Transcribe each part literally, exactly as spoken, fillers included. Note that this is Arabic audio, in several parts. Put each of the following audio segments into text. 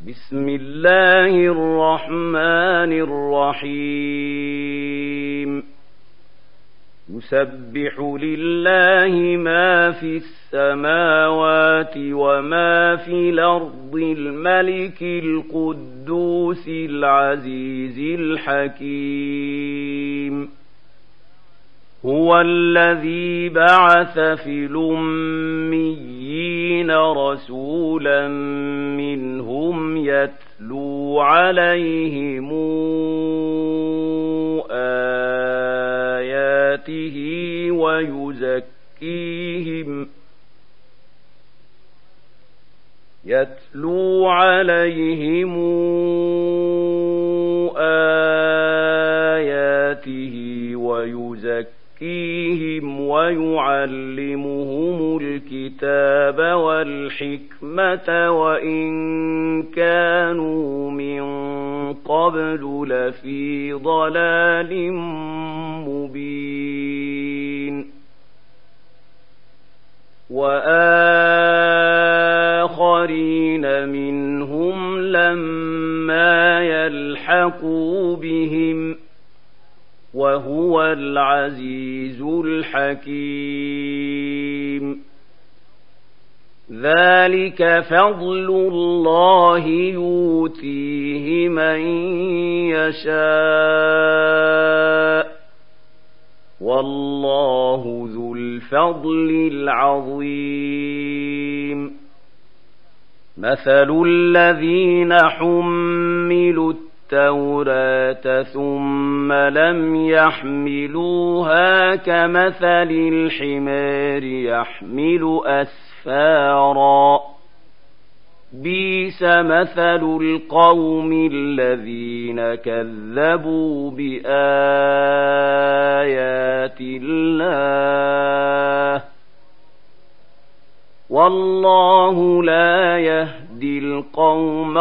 بسم الله الرحمن الرحيم يسبح لله ما في السماوات وما في الأرض الملك القدوس العزيز الحكيم هو الذي بعث في الأميين رسولا منهم يتلو عليهم آياته ويزكيهم يتلو عليهم آياته ويزكيهم ويعلمهم الكتاب والحكمة وإن كانوا من قبل لفي ضلال مبين وآخرين منهم لما يلحقوا بهم وهو العزيز الحكيم ذلك فضل الله يؤتيه من يشاء والله ذو الفضل العظيم مثل الذين حملوا التوراة ثم لم يحملوها كمثل الحمار يحمل أسفارا بئس مثل القوم الذين كذبوا بآيات الله والله لا يهدي القوم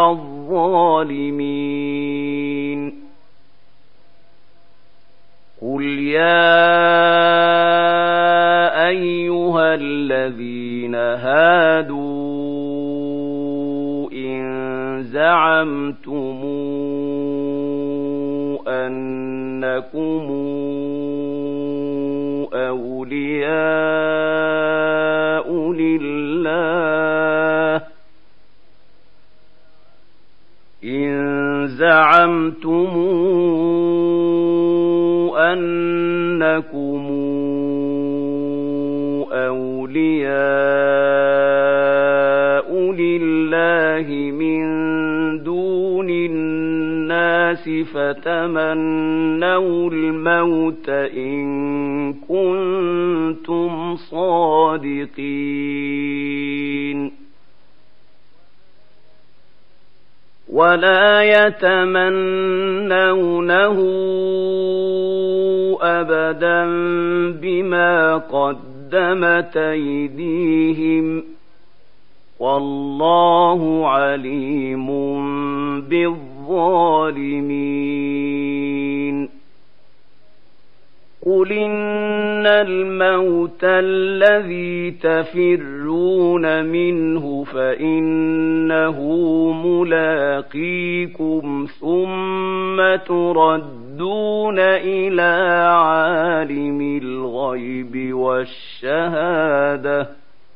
الظالمين قل يا أيها الذين هادوا إن زعمتم أنكم أولياء لله إن زعمتم أنكم أولياء لله من دون الناس فتمنوا الموت إن كنتم صادقين ولا يتمنونه أبدا بما قدمت أيديهم والله عليم بالظالمين قل إن الموت الذي تفرون منه فإنه ملاقيكم ثم تردون إلى عالم الغيب والشهادة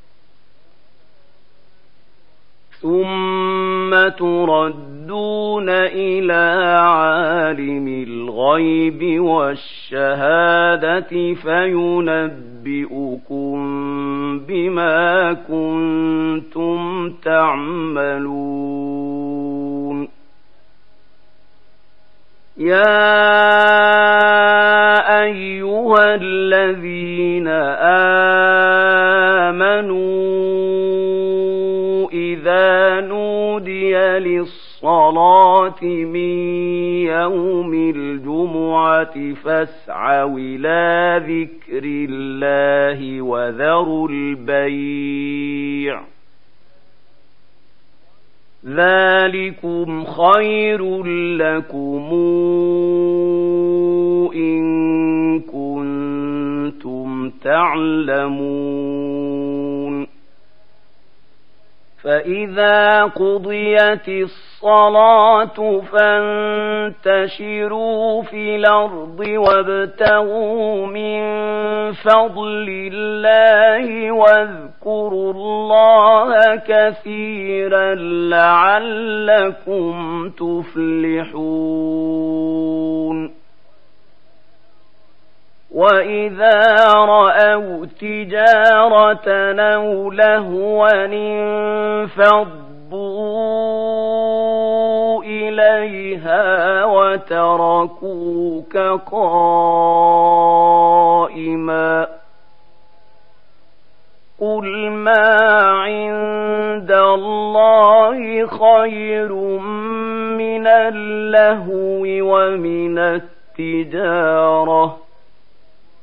ثم تردون إلى عالم الغيب والشهادة فينبئكم بما كنتم تعملون يا أيها الذين آمنوا إذا نودي للصلاة من يوم الجمعة فاسعوا إلى ذكر الله وذروا البيع ذلكم خير لكم إن كنتم تعلمون فإذا قضيت الصلاة الصلاة فانتشروا في الأرض وابتغوا من فضل الله واذكروا الله كثيرا لعلكم تفلحون وَإِذَا رَأَوْا تِجَارَةً أَوْ لَهْوًا انفَضُّوا إِلَيْهَا وَتَرَكُوكَ قَائِمًا قُلْ مَا عِندَ اللَّهِ خَيْرٌ مِنَ اللَّهْوِ وَمِنَ التِّجَارَةِ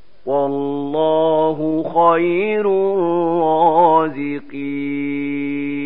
والله خير الرازقين